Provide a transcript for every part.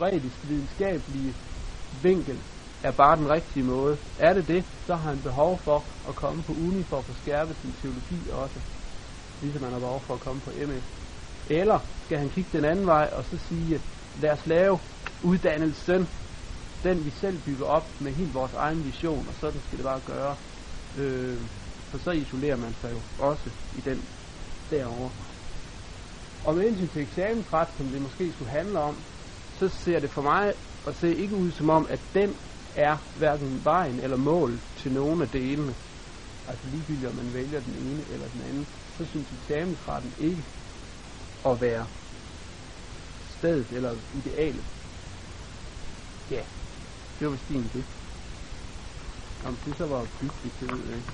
teoretisk videnskabelige vinkel er bare den rigtige måde. Er det, så har han behov for at komme på uni for at få skærpet sin teologi også, ligesom han har behov for at komme på MF. Eller skal han kigge den anden vej og så sige, lad os lave uddannelsen, den vi selv bygger op med helt vores egen vision, og sådan skal det bare gøre. For så isolerer man sig jo også i den derovre. Og med hensyn til eksamensret, som det måske skulle handle om, så ser det for mig at se ikke ud som om, at den er hverken vejen eller mål til nogen af delene. Altså ligegyldigt om man vælger den ene eller den anden, så synes eksamensretten ikke at være stedet eller idealet. Ja, det var vist din det. Om det så var byggeligt, det ved jeg ikke.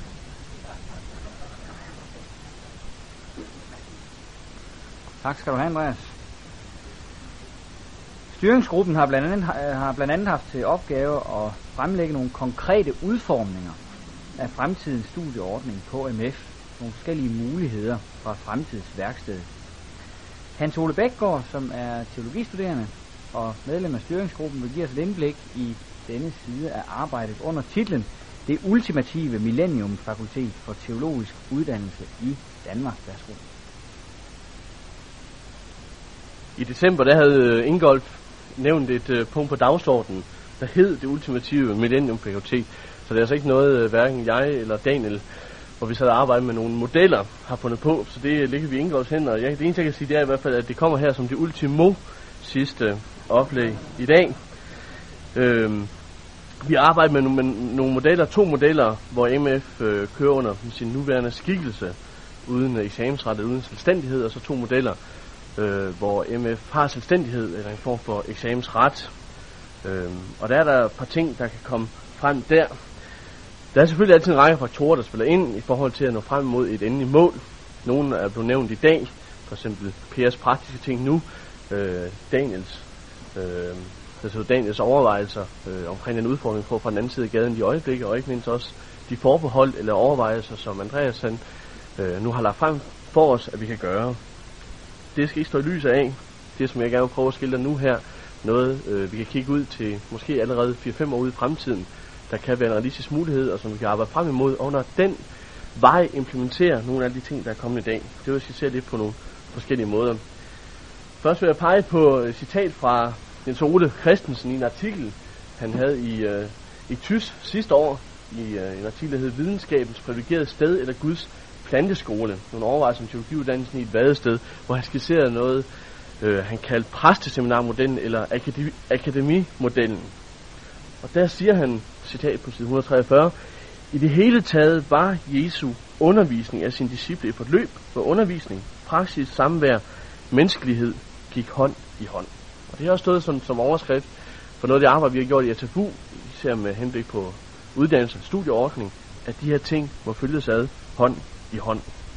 Tak skal du have, Andreas. Styringsgruppen har blandt andet haft til opgave at fremlægge nogle konkrete udformninger af fremtidens studieordning på MF, nogle forskellige muligheder fra fremtidsværkstedet. Hans Ole Bækgaard, som er teologistuderende og medlem af styringsgruppen, vil give os et indblik i denne side af arbejdet under titlen Det ultimative millenniumfakultet for teologisk uddannelse i Danmark. Værsgo. I december der havde Ingolf nævnt et punkt på dagsordenen, der hed Det ultimative millenniumfakultet. Så det er altså ikke noget, hverken jeg eller Daniel, hvor vi sad og arbejdede med nogle modeller, har fundet på. Så det ligger vi i Ingolfs hænder. Det eneste jeg kan sige, det er i hvert fald, at det kommer her som det ultimo sidste oplæg i dag. Vi arbejder med nogle modeller, 2 modeller, hvor MF kører under sin nuværende skikkelse, uden eksamensret, uden selvstændighed, og så 2 modeller, hvor MF har selvstændighed eller en form for eksamensret. Og der er der et par ting, der kan komme frem der. Der er selvfølgelig altid en række faktorer, der spiller ind i forhold til at nå frem mod et endeligt mål. Nogle er blevet nævnt i dag, for eksempel Pers praktiske ting nu, Daniels overvejelser omkring den udfordring fra den anden side af gaden i øjeblikket, og ikke mindst også de forbehold eller overvejelser, som Andreas han, nu har lagt frem for os, at vi kan gøre. Det skal ikke stå i lyset af. Det, som jeg gerne vil prøve at skildre nu her, noget vi kan kigge ud til måske allerede 4-5 år ude i fremtiden, der kan være en realistisk mulighed, og som vi kan arbejde frem imod, og under den vej implementere nogle af de ting, der er kommet i dag. Det vil jeg skitsere lidt på nogle forskellige måder. Først vil jeg pege på et citat fra Jens Ole Christensen i en artikel, han havde i TYS sidste år, i en artikel, der hed Videnskabens privilegerede sted eller Guds planteskole. Nogle overvejelser om teologiuddannelsen i et vadested, hvor han skitserede noget, han kaldte præsteseminarmodellen eller akademimodellen. Og der siger han, citat på side 143, i det hele taget var Jesu undervisning af sine disciple et forløb, hvor undervisning, praksis, samvær, menneskelighed gik hånd i hånd. Og det har også stået som overskrift for noget af det arbejde, vi har gjort i SFU, især med henblik på uddannelse og studieordning, at de her ting må følges ad hånd i hånd.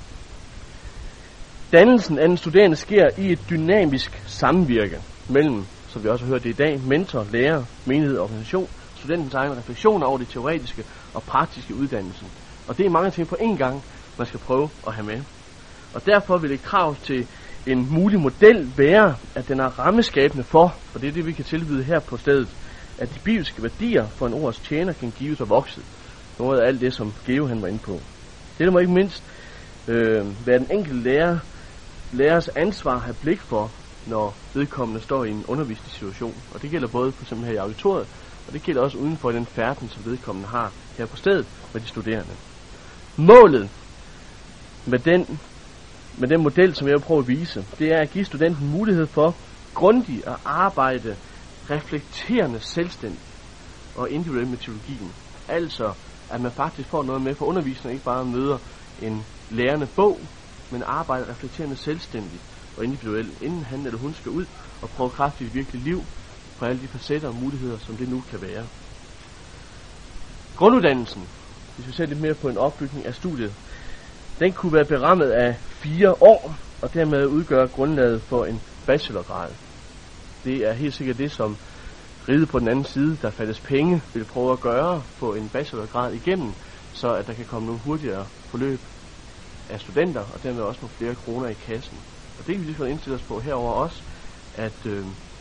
Dannelsen af den studerende sker i et dynamisk samvirke mellem, som vi også har hørt det i dag, mentor, lærer, menighed og organisation, studentens egen refleksion over det teoretiske og praktiske uddannelsen. Og det er mange ting på én gang, man skal prøve at have med. Og derfor vil et krav til en mulig model være, at den er rammeskabende for det er det, vi kan tilbyde her på stedet, at de bibelske værdier for en ords tjener kan gives og vokse. Noget af alt det, som Geo han var inde på. Det må ikke mindst være den enkelte lærers ansvar at have blik for, når vedkommende står i en undervisningssituation. Og det gælder både for eksempel her i auditoriet, og det gælder også uden for den færden, som vedkommende har her på stedet med de studerende. Målet med den model, som jeg vil prøve at vise, det er at give studenten mulighed for grundigt at arbejde reflekterende selvstændigt og individuelt med teologien. Altså, at man faktisk får noget med for undervisning, ikke bare møder en lærende bog, men arbejder reflekterende selvstændigt og individuelt, inden han eller hun skal ud og prøve kraftigt virkelig liv på alle de facetter og muligheder, som det nu kan være. Grunduddannelsen, hvis vi ser lidt mere på en opbygning af studiet, den kunne være berammet af 4 år, og dermed udgøre grundlaget for en bachelorgrad. Det er helt sikkert det, som Ride på den anden side, der fattes penge, vil prøve at gøre, få en bachelorgrad igennem, så at der kan komme nogle hurtigere forløb af studenter, og dermed også nogle flere kroner i kassen. Og det kan vi lige indstille os på herover også, at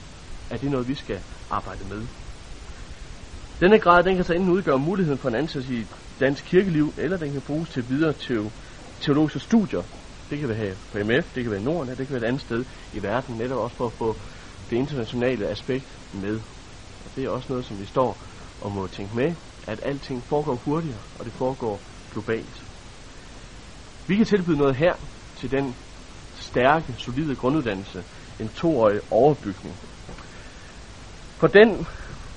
er det noget, vi skal arbejde med. Denne grad, den kan så enten udgøre muligheden for en ansættelse i dansk kirkeliv, eller den kan bruges til videre teologiske studier. Det kan være på MF, det kan være i Norden, det kan være et andet sted i verden, netop også for at få det internationale aspekt med. Og det er også noget, som vi står og må tænke med, at alting foregår hurtigere, og det foregår globalt. Vi kan tilbyde noget her til den stærke, solide grunduddannelse, en 2-årig overbygning. For den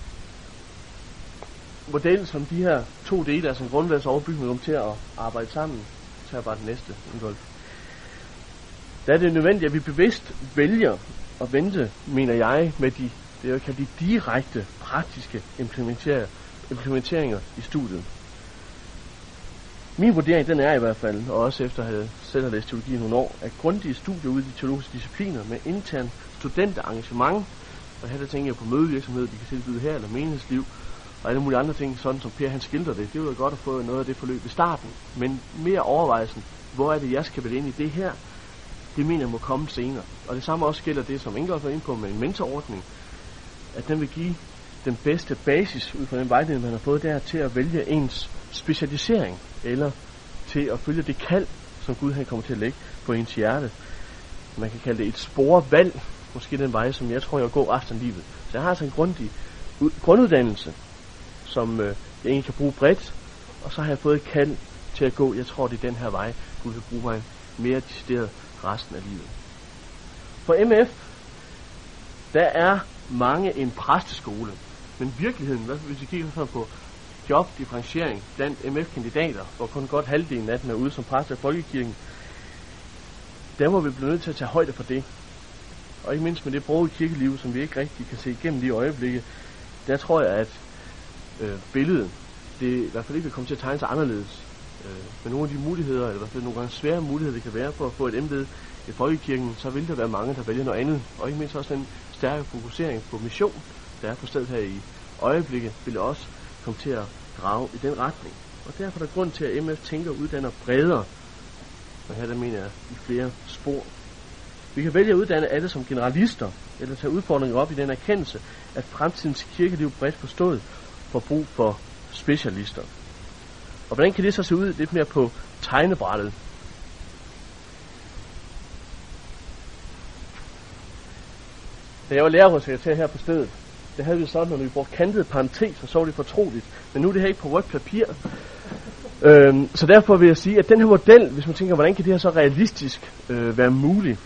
model, som de her 2 dele, altså en grunduddannelse og overbygning, kommer til at arbejde sammen, så er bare den næste, Ingolf. Der er det nødvendigt, at vi bevidst vælger at vente, mener jeg, med de direkte, praktiske implementeringer i studiet. Min vurdering, den er i hvert fald, og også efter at have selv har læst teologi i nogle år, at grundige studier ude i de teologiske discipliner med intern studenterengagement, og her der tænker jeg på mødevirksomhed, de kan tilbyde her, eller menighedsliv, og alle mulige andre ting, sådan som Per han skildrer det. Det ville godt at få noget af det forløb i starten, men mere overvejelsen, hvor er det, jeg skal vælge ind i det her, det mener jeg må komme senere. Og det samme også gælder det, som Ingolf var inde på med en mentorordning, at den vil give den bedste basis ud fra den vejledning, man har fået der, til at vælge ens specialisering, eller til at følge det kald, som Gud han kommer til at lægge på ens hjerte. Man kan kalde det et sporvalg, måske den vej, som jeg tror, jeg går resten af livet. Så jeg har altså en grundig grunduddannelse, som jeg egentlig kan bruge bredt, og så har jeg fået et kald til at gå. Jeg tror, det er den her vej, Gud vil bruge mig mere decideret resten af livet. For MF, der er mange en præsteskole, men virkeligheden, hvis vi kigger sådan på jobdifferentiering blandt MF-kandidater, hvor kun godt halvdelen af dem er ude som præster i folkekirken, der må vi blive nødt til at tage højde for det. Og ikke mindst med det brogede kirkeliv, som vi ikke rigtig kan se igennem lige i øjeblikket, der tror jeg, at billedet, det i hvert fald ikke vil komme til at tegne sig anderledes. Med nogle af de muligheder, eller i hvert fald nogle gange svære muligheder, det kan være for at få et embede i folkekirken, så vil der være mange, der vælger noget andet. Og ikke mindst også den stærke fokusering på mission, der er på stedet her i øjeblikket, vil også komme til at drage i den retning. Og derfor er der grund til, at MF tænker og uddanner bredere. Og her der mener jeg i flere spor. Vi kan vælge at uddanne alle som generalister, eller tage udfordringer op i den erkendelse, at fremtidens kirkeliv bredt forstået får brug for specialister. Og hvordan kan det så se ud lidt mere på tegnebrættet? Da jeg var lærersekretær her på stedet, det havde vi sådan, når vi brugte kantede parenteser, så var det fortroligt. Men nu er det her ikke på rødt papir. Så derfor vil jeg sige, at den her model, hvis man tænker, hvordan kan det her så realistisk være muligt?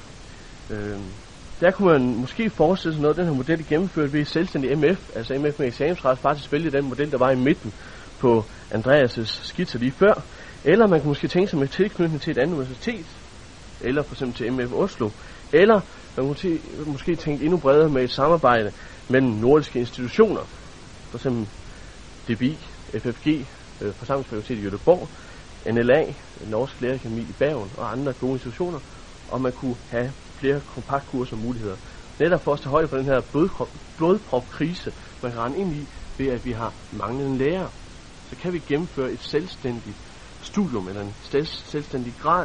Der kunne man måske forestille sig noget, den her model gennemført ved selvstændig MF, altså MF med eksamensret, faktisk vælge den model, der var i midten på Andreas' skitser lige før. Eller man kunne måske tænke sig med tilknytning til et andet universitet, eller for eksempel til MF Oslo, eller man kunne måske tænke endnu bredere med et samarbejde mellem nordiske institutioner, for eksempel DBI, FFG, Forsamlingsfakultet i Göteborg, NLA, Norsk Lærerakademi i Bergen og andre gode institutioner, og man kunne have flere kompaktkurser og muligheder. Netop for at tage højde for den her blodpropkrise, man kan rende ind i, ved at vi har manglende lærere. Så kan vi gennemføre et selvstændigt studium, eller en selvstændig grad,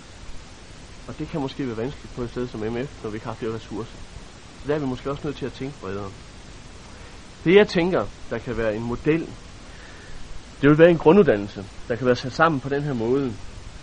og det kan måske være vanskeligt på et sted som MF, når vi ikke har flere ressourcer. Så der er vi måske også nødt til at tænke bredere. Det jeg tænker, der kan være en model, det vil være en grunduddannelse, der kan være sat sammen på den her måde.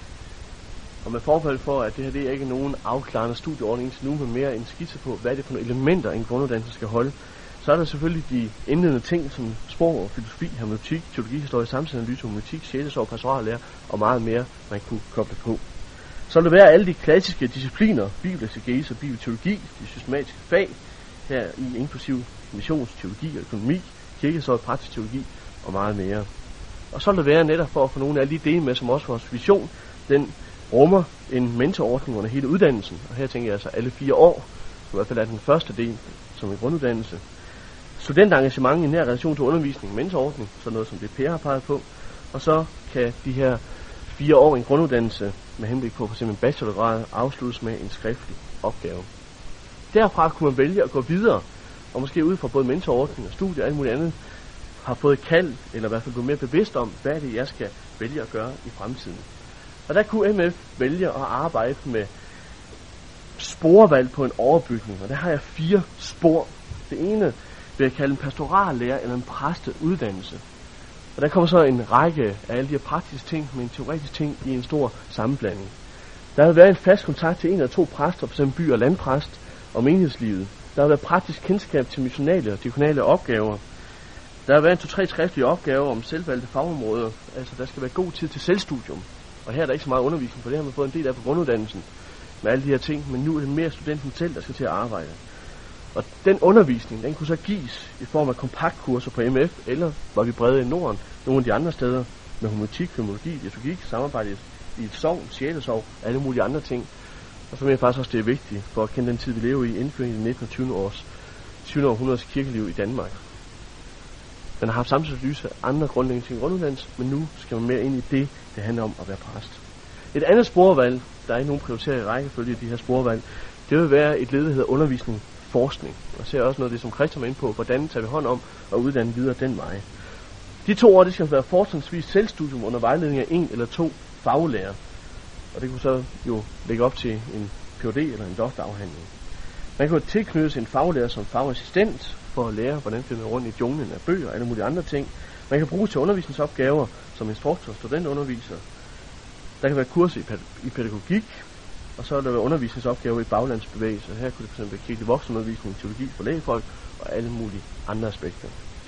Og med forfald for, at det her det er ikke nogen afklarende studieordning indtil nu, men mere en skitse på, hvad det er for nogle elementer, en grunduddannelse skal holde. Så er der selvfølgelig de indledende ting, som sprog og filosofi, hermeneutik, teologihistorie, samtidsanalyse, homiletik, 6. år, pastorallære og meget mere, man kunne koble på. Så vil det være alle de klassiske discipliner, bibelexegese og bibelteologi, de systematiske fag, her i inklusiv missionsteologi og økonomi, kirkehistorie, praktisk teologi og meget mere. Og så vil det være netop for at få nogle af de dele med, som også vores vision, den rummer en mentorordning under hele uddannelsen. Og her tænker jeg altså alle 4 år, som i hvert fald er den første del, som en grunduddannelse. Studenterengagement i nær relation til undervisning, mentorordning, sådan noget som det Per har peget på. Og så kan de her 4 år en grunduddannelse med henblik på f.eks. en bachelorgrad afsluttes med en skriftlig opgave. Derfra kunne man vælge at gå videre, og måske ud fra både mentorordning og studie og alt muligt andet, har fået et kald, eller i hvert fald blive mere bevidst om, hvad det er, jeg skal vælge at gøre i fremtiden. Og der kunne MF vælge at arbejde med sporvalg på en overbygning, og der har jeg 4 spor. Det ene vil jeg kalde en pastorallærer eller en præsteuddannelse. Og der kommer så en række af alle de her praktiske ting med en teoretisk ting i en stor sammenblanding. Der har været en fast kontakt til en eller to præster, f.eks. by- og landpræst, og menighedslivet. Der har været praktisk kendskab til missionale og diakonale opgaver. Der har været 2-3 skriftlige opgaver om selvvalgte fagområder. Altså, der skal være god tid til selvstudium. Og her er der ikke så meget undervisning, for det har man fået en del af på grunduddannelsen med alle de her ting. Men nu er det mere studenten selv, der skal til at arbejde. Og den undervisning, den kunne så gives i form af kompaktkurser på MF, eller var vi brede i Norden, nogle af de andre steder, med homiletik, filologi, liturgik, samarbejde i et sogn, sjælesov, alle mulige andre ting. Og så mener jeg faktisk også, det er vigtigt for at kende den tid, vi lever i, indføring i det 19. og 20. århundredes kirkeliv i Danmark. Man har haft samtidig lyse af andre grundlæggende ting i grunduddannelse, men nu skal man mere ind i det handler om at være præst. Et andet sporvalg, der er ikke nogen prioritering i rækkefølge i de her sporvalg, det vil være et led, der hedder undervisning, forskning. Og ser også noget af det, som Christian var inde på, hvordan tager vi hånd om at uddanne videre den vej. De 2 år, det skal være fortrinsvis selvstudium under vejledning af 1 eller 2 faglærer. Og det kunne så jo lægge op til en Ph.D. eller en doktorafhandling. Man kan jo tilknyttes en faglærer som fagassistent for at lære, hvordan finder man rundt i junglen af bøger og alle mulige andre ting. Man kan bruge til undervisningsopgaver som instruktor og studentunderviser. Der kan være kurser i pædagogik, og så er der undervisningsopgaver i baglandsbevægelser. Her kunne det fx være kirkelig voksenundervisning, teologi for lægefolk og alle mulige andre aspekter.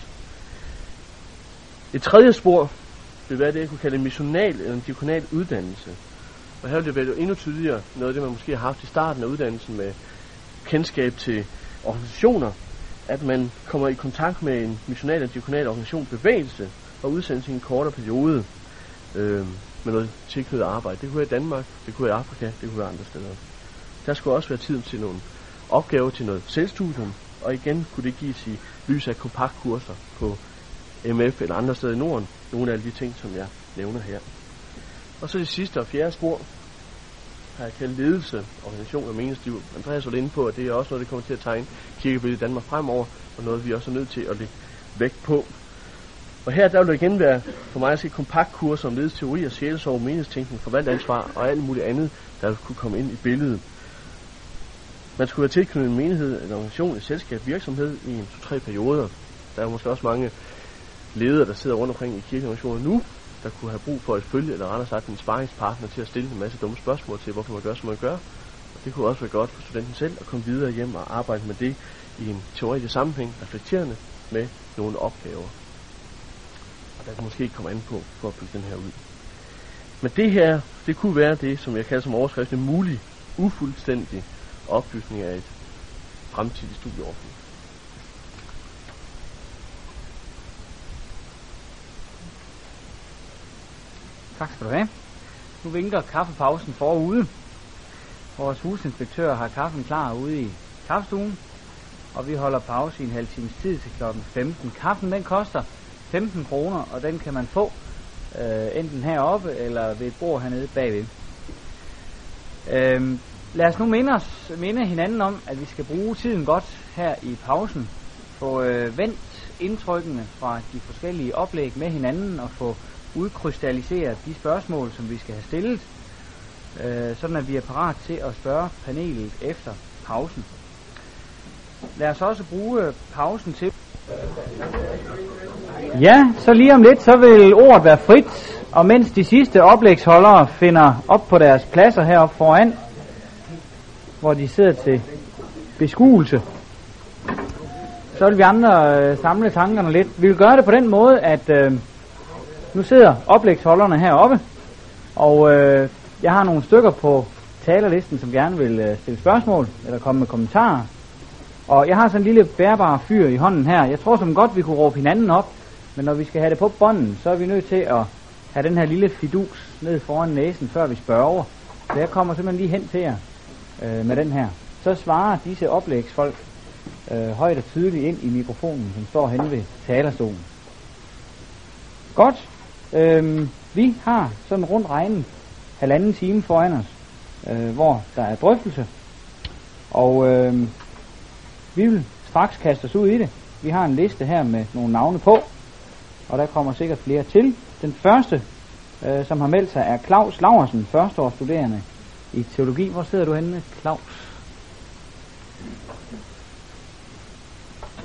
Et tredje spor vil være det, jeg kunne kalde en missional eller en diakonal uddannelse. Og her vil det være endnu tydeligere noget af det, man måske har haft i starten af uddannelsen med kendskab til organisationer, at man kommer i kontakt med en missional eller diakonal organisation bevægelse og udsendes i en kortere periode med noget tilknyttet arbejde. Det kunne være i Danmark, det kunne være i Afrika, det kunne være andre steder. Der skulle også være tid til nogle opgaver til noget selvstudium, og igen kunne det gives i lys af kompaktkurser på MF eller andre steder i Norden. Nogle af alle de ting, som jeg nævner her. Og så det sidste og fjerde spor har jeg kaldt ledelse, organisation og meningsliv. Andreas var inde på, at det er også noget, der kommer til at tegne kirkebilledet i Danmark fremover, og noget, vi også er nødt til at lægge vægt på. Og her der vil det igen være for mig at se kompaktkurser om ledelsesteori og sjælesov, menighedstænkning, forvaltansvar og alt muligt andet, der kunne komme ind i billedet. Man skulle være tilknyttet en menighed, en organisation, et selskab, virksomhed i 2-3 perioder. Der er måske også mange ledere, der sidder rundt omkring i kirkeorganisationer nu, der kunne have brug for et følge, eller rettere sagt en sparringspartner til at stille en masse dumme spørgsmål til, hvorfor man gør, som man gør. Og det kunne også være godt for studenten selv at komme videre hjem og arbejde med det i en teoretisk sammenhæng, reflekterende med nogle opgaver. Og der kan måske komme an på for at bygge den her ud. Men det her, det kunne være det, som jeg kalder som overskrift, en mulig, ufuldstændig opbygning af et fremtidigt studieordning. Tak skal du have. Nu vinker kaffepausen forude. Vores husinspektør har kaffen klar ude i kaffestuen, og vi holder pause i en halv times tid til klokken 15. Kaffen den koster 15 kroner, og den kan man få enten heroppe eller ved et bord hernede bagved. Lad os nu minde hinanden om, at vi skal bruge tiden godt her i pausen. Få vendt indtrykkene fra de forskellige oplæg med hinanden og få udkrystalliseret de spørgsmål, som vi skal have stillet, sådan at vi er parat til at spørge panelet efter pausen. Lad os også bruge pausen til. Ja, så lige om lidt, så vil ordet være frit, og mens de sidste oplægsholdere finder op på deres pladser heroppe foran, hvor de sidder til beskuelse, så vil vi andre samle tankerne lidt. Vi vil gøre det på den måde, at nu sidder oplægsholderne heroppe, og jeg har nogle stykker på talerlisten, som gerne vil stille spørgsmål eller komme med kommentarer. Og jeg har sådan en lille bærbar fyr i hånden her. Jeg tror som godt, vi kunne råbe hinanden op, men når vi skal have det på bånden, så er vi nødt til at have den her lille fidus ned foran næsen, før vi spørger. Så jeg kommer simpelthen lige hen til jer med den her. Så svarer disse oplægsfolk højt og tydeligt ind i mikrofonen, som står henne ved talerstolen. Godt. Vi har sådan rundt regnet 1,5 time foran os, hvor der er drøftelse. Og vi vil straks kaste os ud i det. Vi har en liste her med nogle navne på, og der kommer sikkert flere til. Den første, som har meldt sig, er Claus Laursen, førsteårsstuderende i teologi. Hvor sidder du henne, Claus?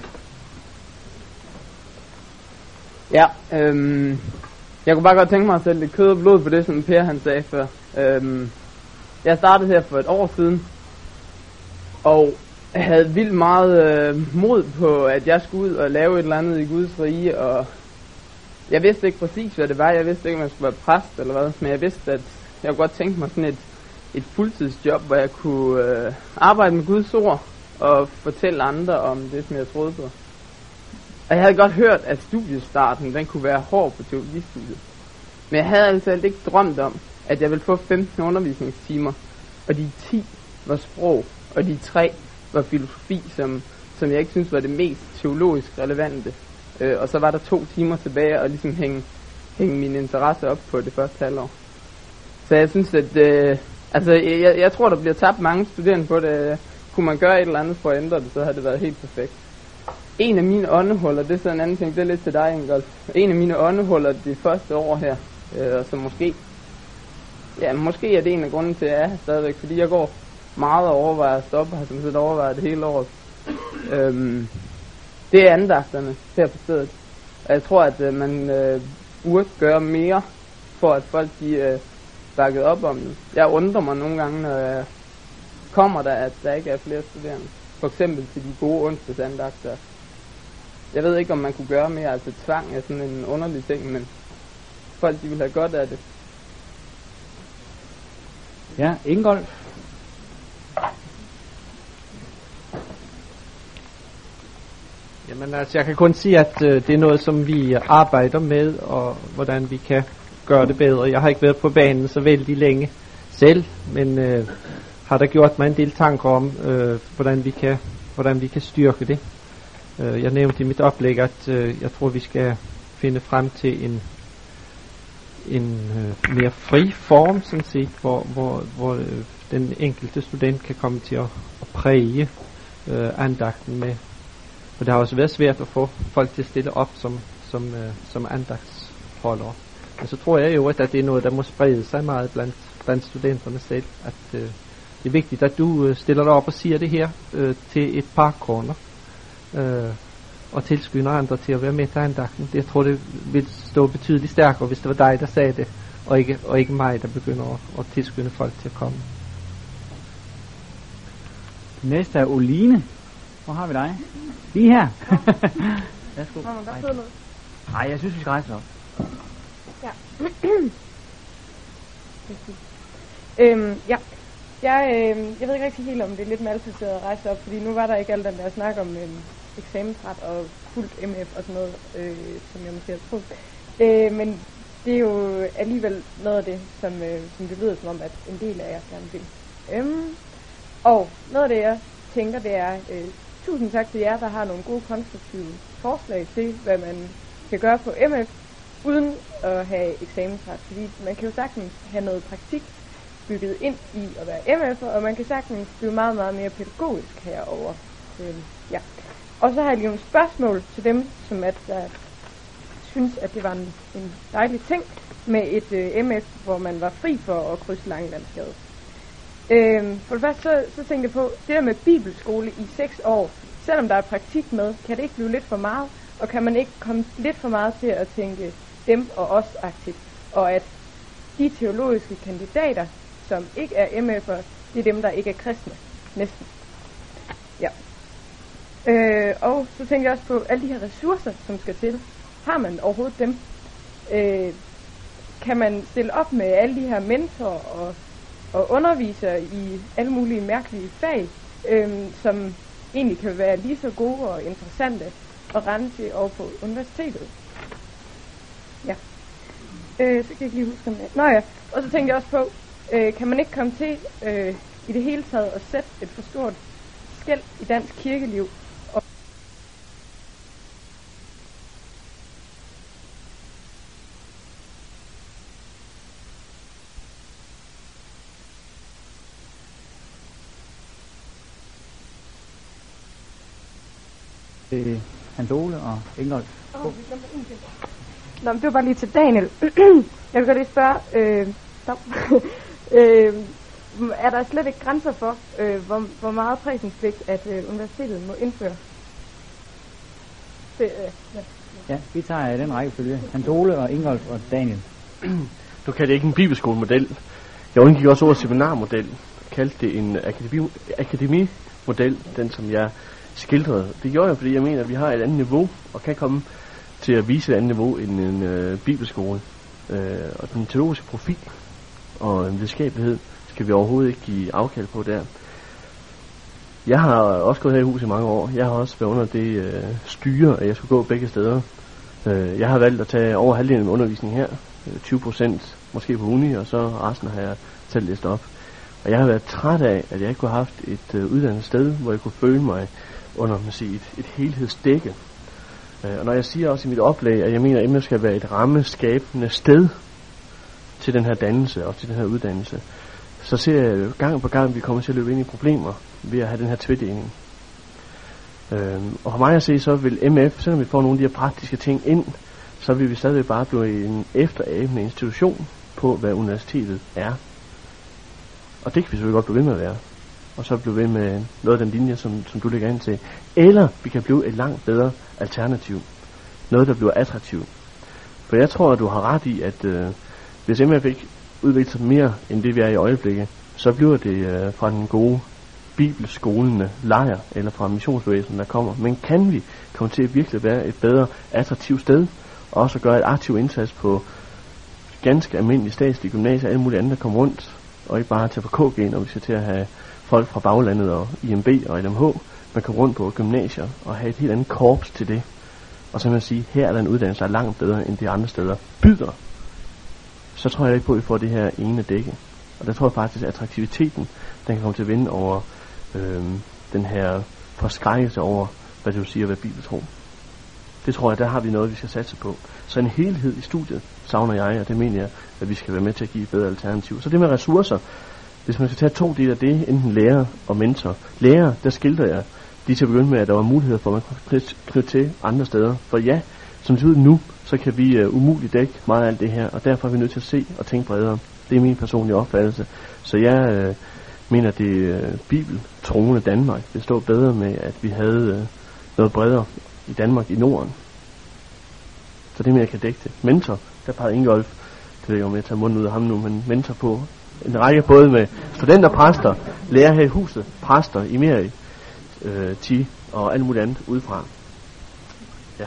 Ja, jeg kunne bare godt tænke mig at sætte lidt kød og blod på det, som Per han sagde før. Jeg startede her for et år siden, og jeg havde vildt meget mod på, at jeg skulle ud og lave et eller andet i Guds rige, og jeg vidste ikke præcis, hvad det var. Jeg vidste ikke, om jeg skulle være præst eller hvad, men jeg vidste, at jeg kunne godt tænke mig sådan et fuldtidsjob, hvor jeg kunne arbejde med Guds ord og fortælle andre om det, som jeg troede på. Og jeg havde godt hørt, at studiestarten den kunne være hård på teologistudiet. Men jeg havde altså ikke drømt om, at jeg ville få 15 undervisningstimer, og de 10 var sprog, og de 3 var filosofi, som jeg ikke synes var det mest teologisk relevante. Og så var der 2 timer tilbage, og ligesom hænge min interesse op på det første halvår. Så jeg synes, at jeg tror, der bliver tabt mange studerende på det. Kunne man gøre et eller andet for at ændre det, så havde det været helt perfekt. En af mine åndehuller, det er så en anden ting, det er lidt til dig, Ingolf. En af mine åndehuller det første år her, og så måske er det en af grunden til, at jeg er her stadigvæk, fordi jeg går meget og overvejer at stoppe, og har sådan set overvejet det hele året. Det er andagterne her på stedet. Og jeg tror, at man burde gøre mere, for at folk de bakket op om det. Jeg undrer mig nogle gange, når jeg kommer der, at der ikke er flere studerende. For eksempel til de gode onsdagsandagter. Jeg ved ikke, om man kunne gøre mere, altså tvang er sådan en underlig ting, men folk de vil have godt af det. Ja, Ingolf. Jamen altså, jeg kan kun sige, at det er noget, som vi arbejder med, og hvordan vi kan gøre det bedre. Jeg har ikke været på banen så vældig længe selv, men har der gjort mig en del tanker om, hvordan vi kan styrke det. Jeg nævnte i mit oplæg, at jeg tror, vi skal finde frem til en mere fri form, sådan set, hvor den enkelte student kan komme til at præge andagten med. Og det har også været svært at få folk til at stille op som andagtsholdere. Men så tror jeg jo, at det er noget, der må sprede sig meget blandt studenterne selv. At det er vigtigt, at du stiller dig op og siger det her til et par kroner. Og tilskynder andre til at være med til andagten. Jeg tror, det vil stå betydeligt stærkere, hvis det var dig, der sagde det, og ikke mig, der begynder at tilskynde folk til at komme. Næste er Oline. Hvor har vi dig? Lige her. Værsgo. Må man godt sidde ned? Nej, jeg synes, vi skal rejse op. Ja. Ja. Jeg ved ikke rigtig helt, om det er lidt malplaceret at rejse op, fordi nu var der ikke alt den der snak om eksamensret og fuldt MF og sådan noget, som jeg måske havde troet. Men det er jo alligevel noget af det, som det lyder som om, at en del af jer gerne vil. Og noget af det, jeg tænker, det er, tusind tak til jer, der har nogle gode konstruktive forslag til, hvad man kan gøre på MF, uden at have eksamensret. Fordi man kan jo sagtens have noget praktik bygget ind i at være MF'er, og man kan sagtens blive meget, meget mere pædagogisk herover. Ja. Og så har jeg lige nogle spørgsmål til dem, som der synes, at det var en dejlig ting med et MF, hvor man var fri for at krydse Langelandsgade. For det første så tænkte jeg på, det der med bibelskole i 6 år, selvom der er praktik med, kan det ikke blive lidt for meget, og kan man ikke komme lidt for meget til at tænke dem og os-agtigt, og at de teologiske kandidater, som ikke er MF'er, det er dem, der ikke er kristne, næsten. Ja. Og så tænker jeg også på alle de her ressourcer, som skal til. Har man overhovedet dem? Kan man stille op med alle de her mentorer og undervisere i alle mulige mærkelige fag, som egentlig kan være lige så gode og interessante at rende til over på universitetet? Ja. Så kan jeg ikke lige huske om det. Nå ja, og så tænkte jeg også på, kan man ikke komme til i det hele taget at sætte et for stort skel i dansk kirkeliv? Hans Ole og Ingolf. Nå, men det var bare lige til Daniel. Jeg vil godt lige spørge, er der slet ikke grænser for, hvor meget præsenspligt, at universitetet må indføre? Ja, vi tager den rækkefølge. Hans Ole og Ingolf og Daniel. Du kaldte det ikke en bibelskolemodel. Jeg undgik også ordet seminarmodel. Kaldte det en akademimodel, den som jeg skildrede. Det gjorde jeg, fordi jeg mener, at vi har et andet niveau, og kan komme til at vise et andet niveau end en bibelskole. Og den teologiske profil og en videnskabelighed skal vi overhovedet ikke give afkald på der. Jeg har også gået her i hus i mange år. Jeg har også været under det styre, at jeg skulle gå begge steder. Jeg har valgt at tage over halvdelen af undervisning her, 20% måske på uni, og så resten har jeg selv læst op. Og jeg har været træt af, at jeg ikke kunne have haft et uddannet sted, hvor jeg kunne føle mig under et helhedsdække. Og når jeg siger også i mit oplæg, at jeg mener, at emnet skal være et rammeskabende sted til den her dannelse og til den her uddannelse, så ser jeg gang på gang, at vi kommer til at løbe ind i problemer ved at have den her tvedeling. Og for mig at se, så vil MF, selvom vi får nogle af de her praktiske ting ind, så vil vi stadigvæk bare blive en efterabende institution på, hvad universitetet er. Og det kan vi selvfølgelig godt blive ved med at være. Og så blive ved med noget af den linje, som du lægger ind til. Eller vi kan blive et langt bedre alternativ. Noget, der bliver attraktivt. For jeg tror, at du har ret i, at hvis MF ikke udvikler sig mere, end det vi er i øjeblikket, så bliver det fra den gode bibelskolende lejr, eller fra missionsbevægelsen, der kommer. Men kan vi komme til at virkelig være et bedre attraktivt sted, og også gøre et aktiv indsats på ganske almindelige statslige gymnasier, og alle mulige andre, der kommer rundt, og ikke bare tage på KG, når vi skal til at have folk fra baglandet og IMB og LMH, man kommer rundt på gymnasier og have et helt andet korps til det. Og så kan man sige, her er der en uddannelse, der er langt bedre end de andre steder byder. Så tror jeg ikke på, at vi får det her ene dække. Og der tror jeg faktisk, at attraktiviteten, den kan komme til at vinde over den her forskrækkelse over, hvad det vil sige at være bibeltro. Det tror jeg, der har vi noget, vi skal satse på. Så en helhed i studiet savner jeg, og det mener jeg, at vi skal være med til at give et bedre alternativ. Så det med ressourcer, hvis man skal tage 2 dele af det, enten lærer og mentor. Lærer, der skildrer jeg lige til at begynde med, at der var muligheder for, at man kunne knytte til andre steder. For ja, som det ud nu, så kan vi umuligt dække meget af alt det her, og derfor er vi nødt til at se og tænke bredere. Det er min personlige opfattelse. Så jeg mener, at det bibeltroende Danmark vil stå bedre med, at vi havde noget bredere i Danmark, i Norden. Så det med, jeg kan dække det. Mentor, der pegede Ingolf, det ved jeg om jeg tager munden ud af ham nu, men mentor på en række både med studenter, præster, lærer her i huset, præster, i mere ti og alt muligt andet udefra. Ja.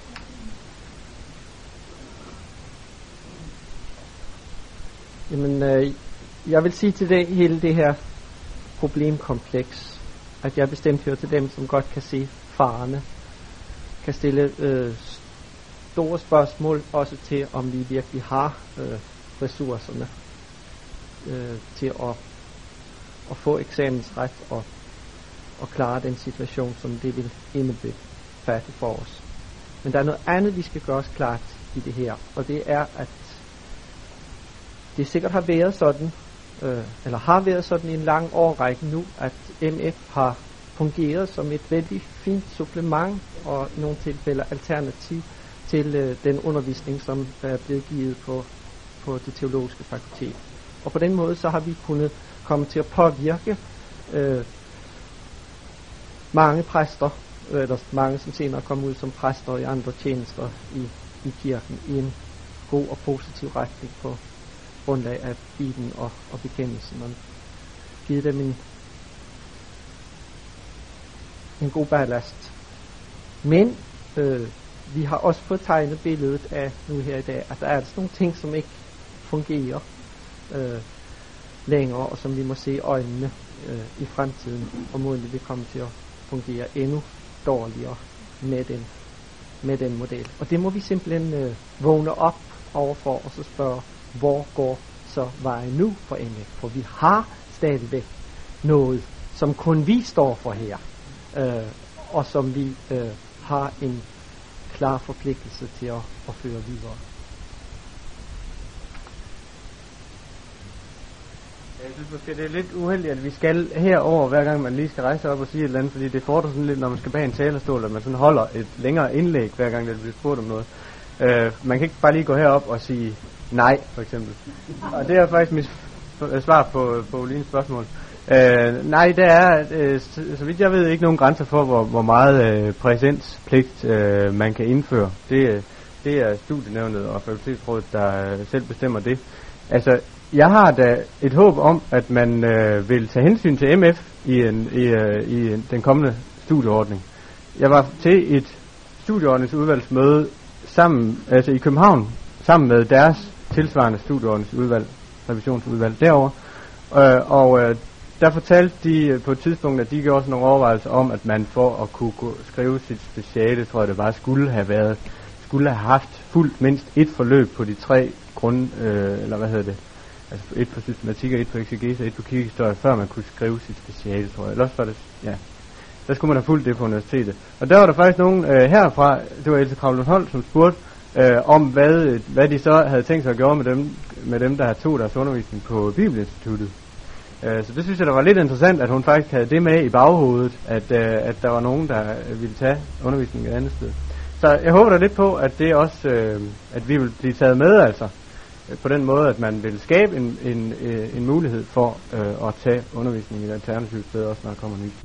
Jamen, jeg vil sige til det, hele det her problemkompleks, at jeg bestemt hører til dem, som godt kan se farerne, kan stille store spørgsmål også til, om vi virkelig har ressourcerne til at få eksamensret og klare den situation, som det vil indebefatte for os. Men der er noget andet, vi skal gøre os klart i det her, og det er, at det sikkert har været sådan, eller har været sådan i en lang årrække nu, at MF har fungeret som et vældig fint supplement og i nogle tilfælde alternativ til den undervisning, som er blevet givet på det teologiske fakultet. Og på den måde så har vi kunnet komme til at påvirke mange præster, eller mange som senere kom ud som præster i andre tjenester i kirken, i en god og positiv retning på grundlag af Bibelen og bekendelsen, og givet dem en god ballast. Men vi har også fået tegnet billedet af nu her i dag, at der er altså nogle ting, som ikke fungerer længere, og som vi må se i øjnene i fremtiden, og måden vil komme til at fungere endnu dårligere med den model. Og det må vi simpelthen vågne op overfor, og så spørge, hvor går så vejen nu for MF? For vi har stadigvæk noget, som kun vi står for her, og som vi har en klar forpligtelse til at føre videre. Jeg synes måske, det er lidt uheldigt, at vi skal herover, hver gang man lige skal rejse op og sige et eller andet, fordi det fordrer sådan lidt, når man skal bag en talerstol, at man sådan holder et længere indlæg, hver gang der bliver spurgt om noget. Man kan ikke bare lige gå herop og sige nej, for eksempel. Og det er faktisk mit svar på Olines spørgsmål. Nej, der er, så vidt jeg ved, ikke nogen grænser for, hvor meget præsenspligt man kan indføre. Det er studienævnet og fakultetsrådet, der selv bestemmer det. Altså, jeg har da et håb om, at man vil tage hensyn til MF i den kommende studieordning. Jeg var til et studieordningsudvalgsmøde i København, sammen med deres tilsvarende studieordningsudvalg, revisionsudvalg derovre, og der fortalte de på et tidspunkt, at de gjorde også nogle overvejelser om, at man for at kunne skrive sit speciale, tror jeg det var, skulle have haft fuldt mindst et forløb på de 3 altså et på systematik, et på eksegese, et på kirkehistorie, før man kunne skrive sit speciale, tror jeg. Eller også var det, ja. Der skulle man have fulgt det på universitetet. Og der var der faktisk nogen herfra, det var Else Kravlund Holt, som spurgte om, hvad de så havde tænkt sig at gøre med dem, der tog deres undervisning på Bibelinstituttet. Så det synes jeg, der var lidt interessant, at hun faktisk havde det med i baghovedet, at der var nogen, der ville tage undervisningen et andet sted. Så jeg håber da lidt på, at det også, at vi vil blive taget med, altså på den måde, at man vil skabe en mulighed for at tage undervisning i et alternativt sted, også når der kommer nyt.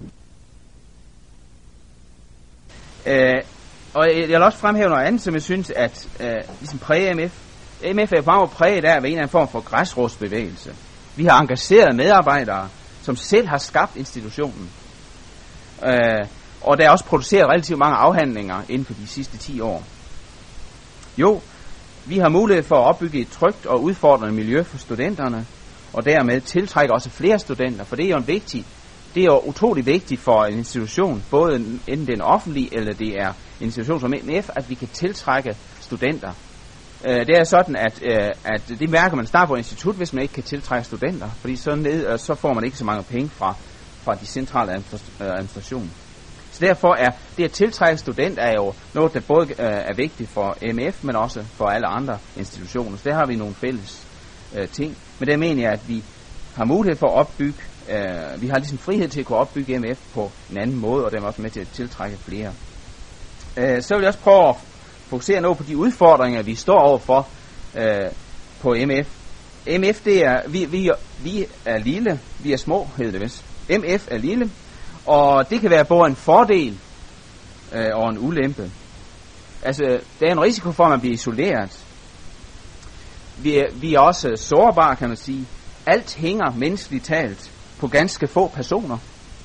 Og jeg vil også fremhæve noget andet, som jeg synes, at ligesom præge-MF. MF er bare præget af en eller anden form for græsrodsbevægelse. Vi har engageret medarbejdere, som selv har skabt institutionen. Og der er også produceret relativt mange afhandlinger inden for de sidste 10 år. Jo, vi har mulighed for at opbygge et trygt og udfordrende miljø for studenterne, og dermed tiltrække også flere studenter, for det er jo utrolig vigtigt for en institution, både enten den offentlige eller det er en institution som MF, at vi kan tiltrække studenter. Det er sådan, at det mærker man snart på institut, hvis man ikke kan tiltrække studenter, fordi så får man ikke så mange penge fra de centrale administration. Så derfor er det at tiltrække studenter er jo noget, der både er vigtigt for MF, men også for alle andre institutioner. Så der har vi nogle fælles ting. Men der mener jeg, at vi har mulighed for at opbygge, vi har ligesom frihed til at kunne opbygge MF på en anden måde, og dermed også med til at tiltrække flere. Så vil jeg også prøve at fokusere noget på de udfordringer, vi står overfor på MF. MF, det er, vi er lille, vi er små, hedder det vist. MF er lille, og det kan være både en fordel og en ulempe. Altså, der er en risiko for, at man bliver isoleret. Vi er også sårbare, kan man sige. Alt hænger menneskeligt talt på ganske få personer.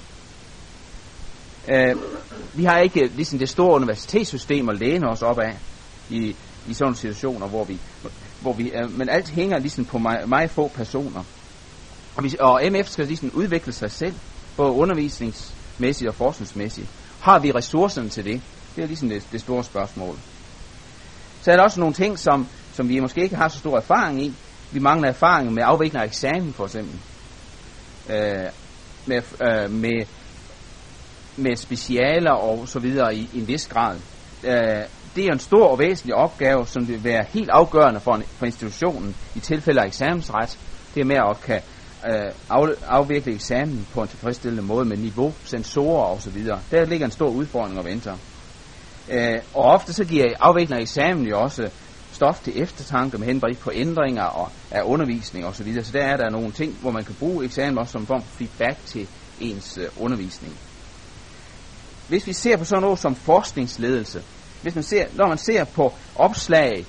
Vi har ikke ligesom det store universitetssystem at læne os op af i sådan situationer, hvor vi men alt hænger ligesom på meget få personer. Og MF skal ligesom udvikle sig selv, både undervisningsmæssigt og forskningsmæssigt. Har vi ressourcerne til det? Det er ligesom det store spørgsmål. Så er der også nogle ting, som vi måske ikke har så stor erfaring i. Vi mangler erfaring med afvikling af eksamen, for eksempel. Med specialer og så videre i en vis grad. Det er en stor og væsentlig opgave, som vil være helt afgørende for institutionen i tilfælde af eksamensret. Det er med at kan afvikle eksamen på en tilfredsstillende måde med niveau, sensorer og så videre. Der ligger en stor udfordring og venter. Og ofte så giver afvikling af eksamen jo også stof til eftertanke med henblik på ændringer og af undervisning og så videre. Så der er der nogle ting, hvor man kan bruge eksamen også som form for feedback til ens undervisning. Hvis vi ser på sådan noget som forskningsledelse, når man ser på opslag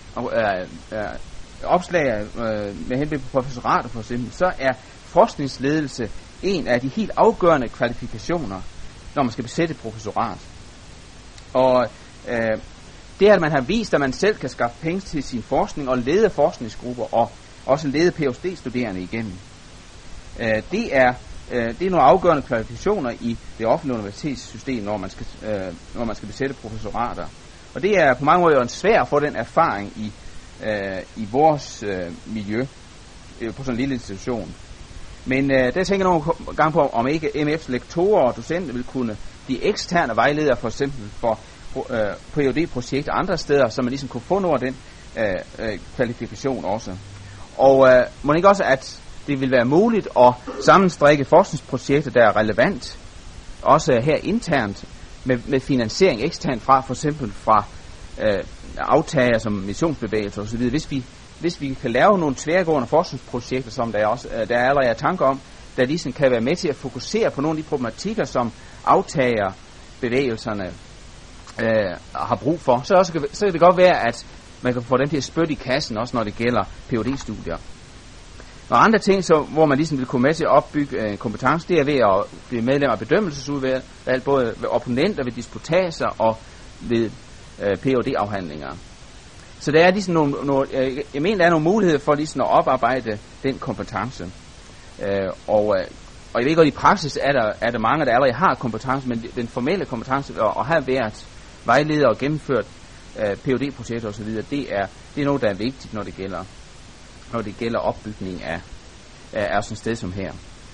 med henblik på professorater for eksempel, så er forskningsledelse en af de helt afgørende kvalifikationer, når man skal besætte professorat. Og det at man har vist, at man selv kan skaffe penge til sin forskning og lede forskningsgrupper og også lede Ph.D.-studerende igennem. Det er nogle afgørende kvalifikationer i det offentlige universitetssystem, når man skal besætte professorater. Og det er på mange måder en svær at få den erfaring i vores miljø på sådan en lille institution. Men der tænker jeg nogle gange på, om ikke MF's lektorer og docenter vil kunne blive eksterne vejledere, for eksempel for Ph.D.-projekter andre steder, så man ligesom kunne få noget af den kvalifikation også. Og må ikke også, at det vil være muligt at sammenstrikke forskningsprojekter, der er relevant, også her internt, med finansiering eksternt fra, for eksempel fra aftager som missionsbevægelser osv. Hvis vi kan lave nogle tværgående forskningsprojekter, som der allerede er tanker om, der ligesom kan være med til at fokusere på nogle af de problematikker, som aftager bevægelserne har brug for. Så kan det godt være, at man kan få dem til at spytte i kassen, også når det gælder Ph.D.-studier. Og andre ting, hvor man ligesom vil komme med til at opbygge kompetence, det er ved at blive medlem af bedømmelsesudvalg, både ved opponenter, ved disputaser og ved Ph.D.-afhandlinger. Så der er ligesom jeg mener, der er nogle muligheder for ligesom at oparbejde den kompetence. Og jeg ved godt, i praksis er der mange, der allerede har kompetence, men den formelle kompetence og har været vejleder og gennemført Ph.D.-projekter osv., det er noget, der er vigtigt, når det gælder opbygning af sådan et sted som her.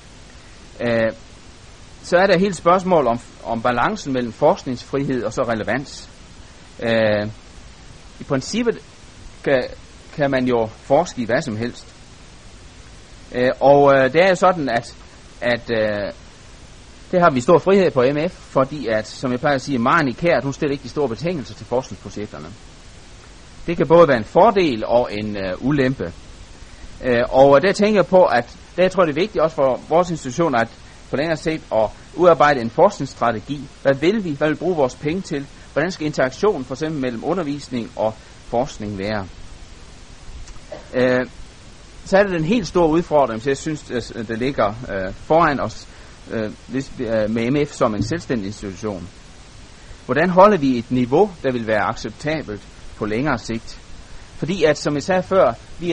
Så er der et helt spørgsmål om balancen mellem forskningsfrihed og så relevans. I princippet kan man jo forske i hvad som helst. Og det er jo sådan, at det har vi stor frihed på MF, fordi at, som jeg plejer at sige, Maren Ikært, hun stiller ikke de store betingelser til forskningsprojekterne. Det kan både være en fordel og en ulempe. Og der tænker jeg på, at der tror jeg det er vigtigt også for vores institutioner, at på længere sigt at udarbejde en forskningsstrategi. Hvad vil vi? Hvad vil bruge vores penge til? Hvordan skal interaktionen for eksempel mellem undervisning og forskning være? Så er det den helt store udfordring, så jeg synes, der ligger foran os med MF som en selvstændig institution. Hvordan holder vi et niveau, der vil være acceptabelt på længere sigt? Fordi at, som jeg sagde før,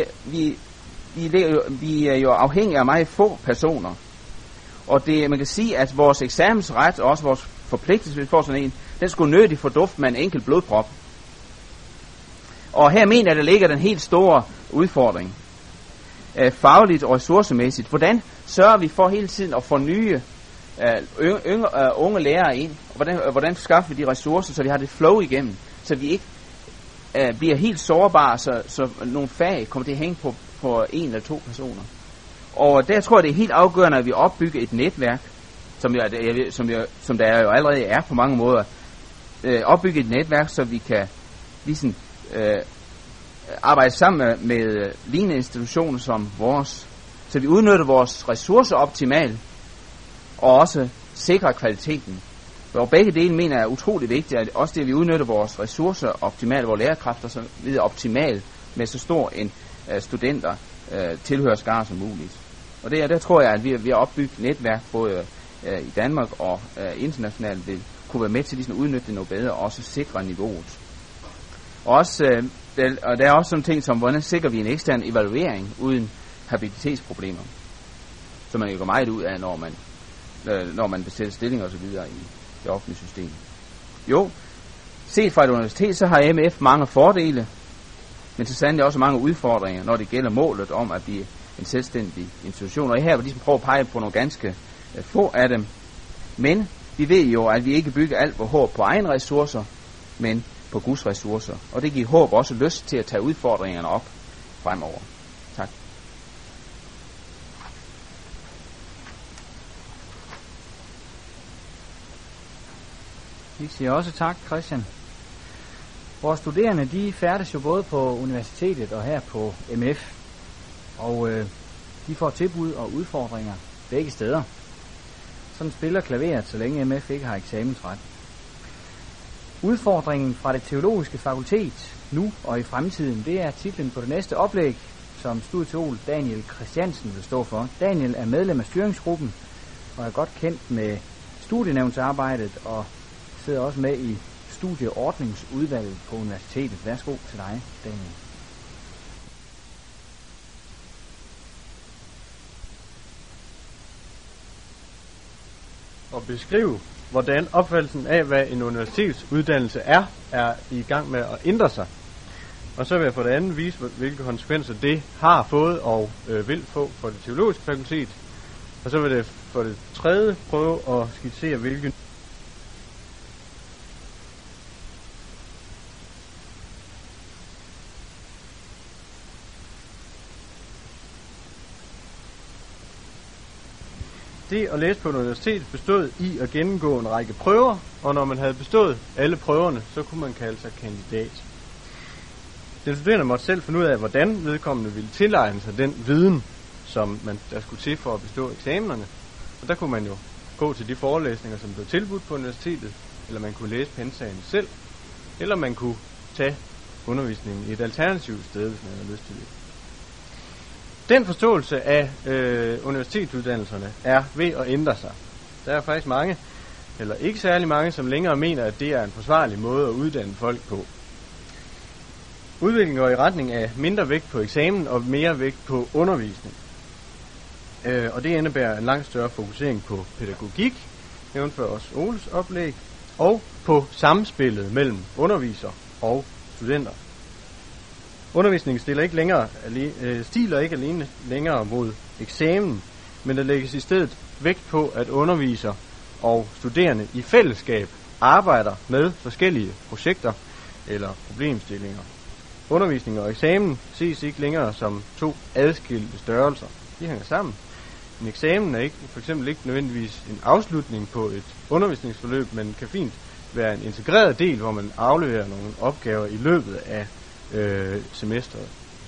vi er jo afhængige af meget få personer. Og man kan sige, at vores eksamensret og også vores forpligtelse, hvis vi får sådan en, den skulle nødigt få duft med en enkelt blodprop. Og her mener jeg, der ligger den helt store udfordring. Fagligt og ressourcemæssigt. Hvordan sørger vi for hele tiden at forny unge lærere ind? Og hvordan skaffer vi de ressourcer, så vi har det flow igennem? Så vi ikke bliver helt sårbare, så nogle fag kommer til at hænge på en eller to personer. Og der tror jeg, det er helt afgørende, at vi opbygger et netværk, som der jo allerede er på mange måder. Opbygge et netværk, så vi kan ligesom arbejde sammen med lignende institutioner som vores, så vi udnytter vores ressourcer optimalt og også sikrer kvaliteten. Og begge dele mener jeg er utrolig vigtigt, at også det, at vi udnytter vores ressourcer optimalt, vores lærerkræfter så videre optimalt med så stor en studenter tilhørskare som muligt. Og der tror jeg, at vi har opbygget netværk både i Danmark og internationalt vil kunne være med til ligesom at udnytte det noget bedre og også sikre niveauet. Og også der er også sådan ting som, hvordan sikrer vi en ekstern evaluering uden habilitetsproblemer, som man jo går meget ud af, når man bestiller stillinger og så videre i det offentlige system. Jo, set fra et universitet, så har MF mange fordele, men så sandelig også mange udfordringer, når det gælder målet om at blive en selvstændig institution. Og her vil jeg prøve at pege på nogle ganske få af dem. Men vi ved jo, at vi ikke bygger alt for håb på egne ressourcer, men på Guds ressourcer. Og det giver håb også lyst til at tage udfordringerne op fremover. Tak. Vi siger også tak, Christian. Vores studerende, de færdes jo både på universitetet og her på MF. Og de får tilbud og udfordringer begge steder. Sådan spiller klaveret, så længe MF ikke har eksamensret. Udfordringen fra det teologiske fakultet, nu og i fremtiden, det er titlen på det næste oplæg, som studieteolog Daniel Christiansen vil stå for. Daniel er medlem af styringsgruppen og er godt kendt med studienævnsarbejdet og sidder også med i studieordningsudvalget på universitetet. Værsgo til dig, Daniel. Og beskrive, hvordan opfattelsen af, hvad en universitetsuddannelse er i gang med at ændre sig. Og så vil jeg for det andet vise, hvilke konsekvenser det har fået og vil få for det teologiske fakultet. Og så vil jeg for det tredje prøve at skitsere, hvilke det at læse på et universitet bestod i at gennemgå en række prøver, og når man havde bestået alle prøverne, så kunne man kalde sig kandidat. Den studerende måtte selv finde ud af, hvordan vedkommende ville tilegne sig den viden, som der skulle til for at bestå eksamenerne. Og der kunne man jo gå til de forelæsninger, som blev tilbudt på universitetet, eller man kunne læse pensagene selv, eller man kunne tage undervisningen i et alternativt sted, hvis man havde lyst til det. Den forståelse af universitetsuddannelserne er ved at ændre sig. Der er faktisk mange, eller ikke særlig mange, som længere mener, at det er en forsvarlig måde at uddanne folk på. Udviklingen går i retning af mindre vægt på eksamen og mere vægt på undervisning. Og det indebærer en langt større fokusering på pædagogik, jævnfør også Oles oplæg, og på samspillet mellem underviser og studenter. Undervisningen stiler ikke alene længere mod eksamen, men der lægges i stedet vægt på, at underviser og studerende i fællesskab arbejder med forskellige projekter eller problemstillinger. Undervisning og eksamen ses ikke længere som to adskilte størrelser. De hænger sammen. En eksamen er for eksempel ikke nødvendigvis en afslutning på et undervisningsforløb, men kan fint være en integreret del, hvor man afleverer nogle opgaver i løbet af semesteret.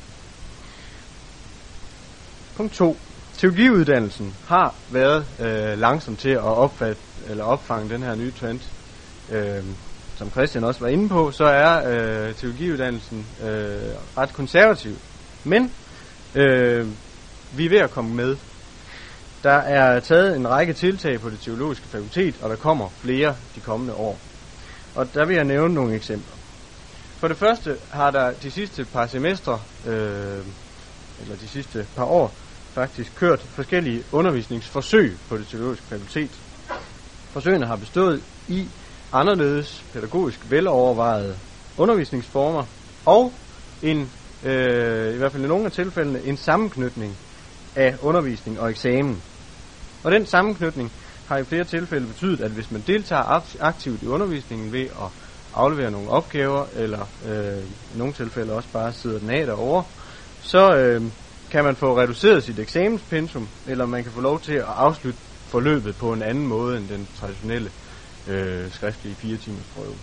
Punkt 2. Teologiuddannelsen har været langsom til at opfange den her nye trend. Som Christian også var inde på, så er teologiuddannelsen ret konservativ. Men vi er ved at komme med. Der er taget en række tiltag på det teologiske fakultet, og der kommer flere de kommende år. Og der vil jeg nævne nogle eksempler. For det første har der de sidste par semestre, eller de sidste par år, faktisk kørt forskellige undervisningsforsøg på det teologiske fakultet. Forsøgene har bestået i anderledes pædagogisk velovervejede undervisningsformer og i hvert fald i nogle af tilfældene en sammenknytning af undervisning og eksamen. Og den sammenknytning har i flere tilfælde betydet, at hvis man deltager aktivt i undervisningen ved at aflevere nogle opgaver, eller i nogle tilfælde også bare sidder den af derovre, så kan man få reduceret sit eksamenspensum, eller man kan få lov til at afslutte forløbet på en anden måde end den traditionelle skriftlige 4-timers prøve.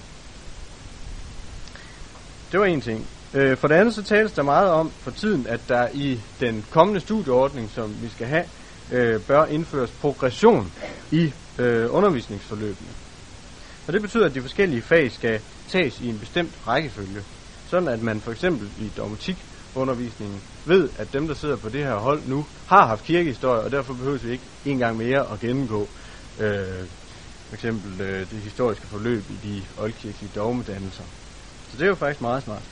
Det var en ting. For det andet så tales der meget om for tiden, at der i den kommende studieordning, som vi skal have, bør indføres progression i undervisningsforløbene. Og det betyder, at de forskellige fag skal tages i en bestemt rækkefølge. Sådan at man for eksempel i dogmatikundervisningen ved, at dem, der sidder på det her hold nu, har haft kirkehistorie, og derfor behøver vi ikke en gang mere at gennemgå for eksempel det historiske forløb i de oldkirkelige dogmedannelser. Så det er jo faktisk meget smart.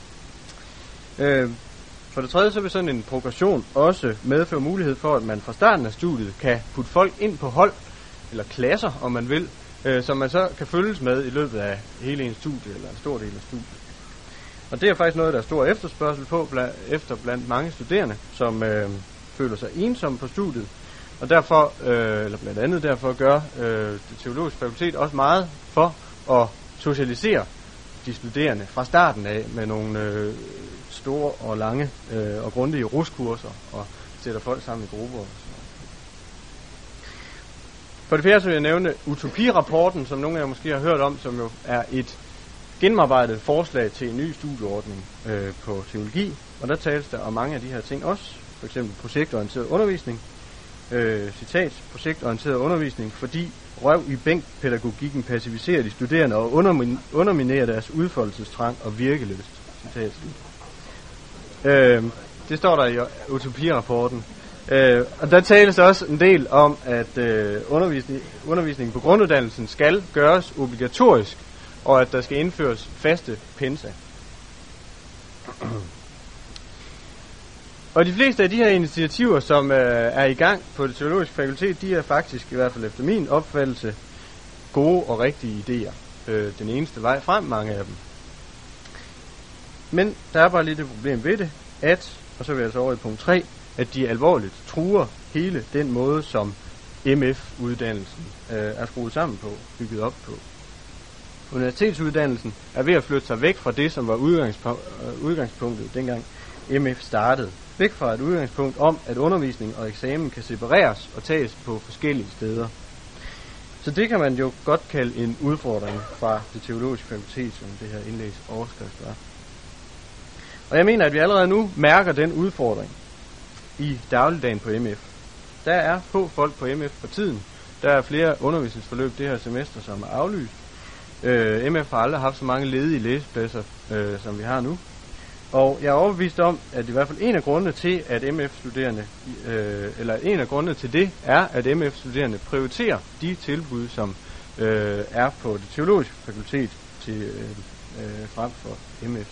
For det tredje så vil sådan en progression også medføre mulighed for, at man fra starten af studiet kan putte folk ind på hold, eller klasser, om man vil, som man så kan følges med i løbet af hele en studie, eller en stor del af studiet. Og det er faktisk noget, der er stor efterspørgsel på blandt mange studerende, som føler sig ensomme på studiet. Og derfor, eller blandt andet derfor, gør det teologiske fakultet også meget for at socialisere de studerende fra starten af med nogle store og lange og grundige ruskurser og sætter folk sammen i grupper. For det fjerde så vil jeg nævne utopirapporten, som nogle af jer måske har hørt om, som jo er et gennemarbejdet forslag til en ny studieordning på teologi. Og der tales der om mange af de her ting også, for eksempel projektorienteret undervisning. Citat, projektorienteret undervisning, fordi røv i bænkpædagogikken passiviserer de studerende og underminerer deres udfoldelsestrang og virkelyst. Citat. Det står der i utopirapporten. Og der tales også en del om, at undervisningen på grunduddannelsen skal gøres obligatorisk, og at der skal indføres faste pensa. Og de fleste af de her initiativer, som er i gang på det teologiske fakultet, de er faktisk, i hvert fald efter min opfattelse, gode og rigtige idéer. Den eneste vej frem, mange af dem. Men der er bare lidt et problem ved det, at, og så vil jeg så over i punkt 3, at de alvorligt truer hele den måde, som MF-uddannelsen er skruet sammen på, bygget op på. Universitetsuddannelsen er ved at flytte sig væk fra det, som var udgangspunktet dengang MF startede. Væk fra et udgangspunkt om, at undervisning og eksamen kan separeres og tages på forskellige steder. Så det kan man jo godt kalde en udfordring fra det teologiske fakultet, som det her indlægs overskrift var. Og jeg mener, at vi allerede nu mærker den udfordring. i dagligdagen på MF. Der er få folk på MF for tiden. Der er flere undervisningsforløb det her semester, som er aflyst. MF har aldrig haft så mange ledige læsepladser, som vi har nu. Og jeg er overbevist om, at i hvert fald en af grundene til, at MF-studerende, en af grundene til det, er, at MF-studerende prioriterer de tilbud, som er på det teologiske fakultet frem for MF's.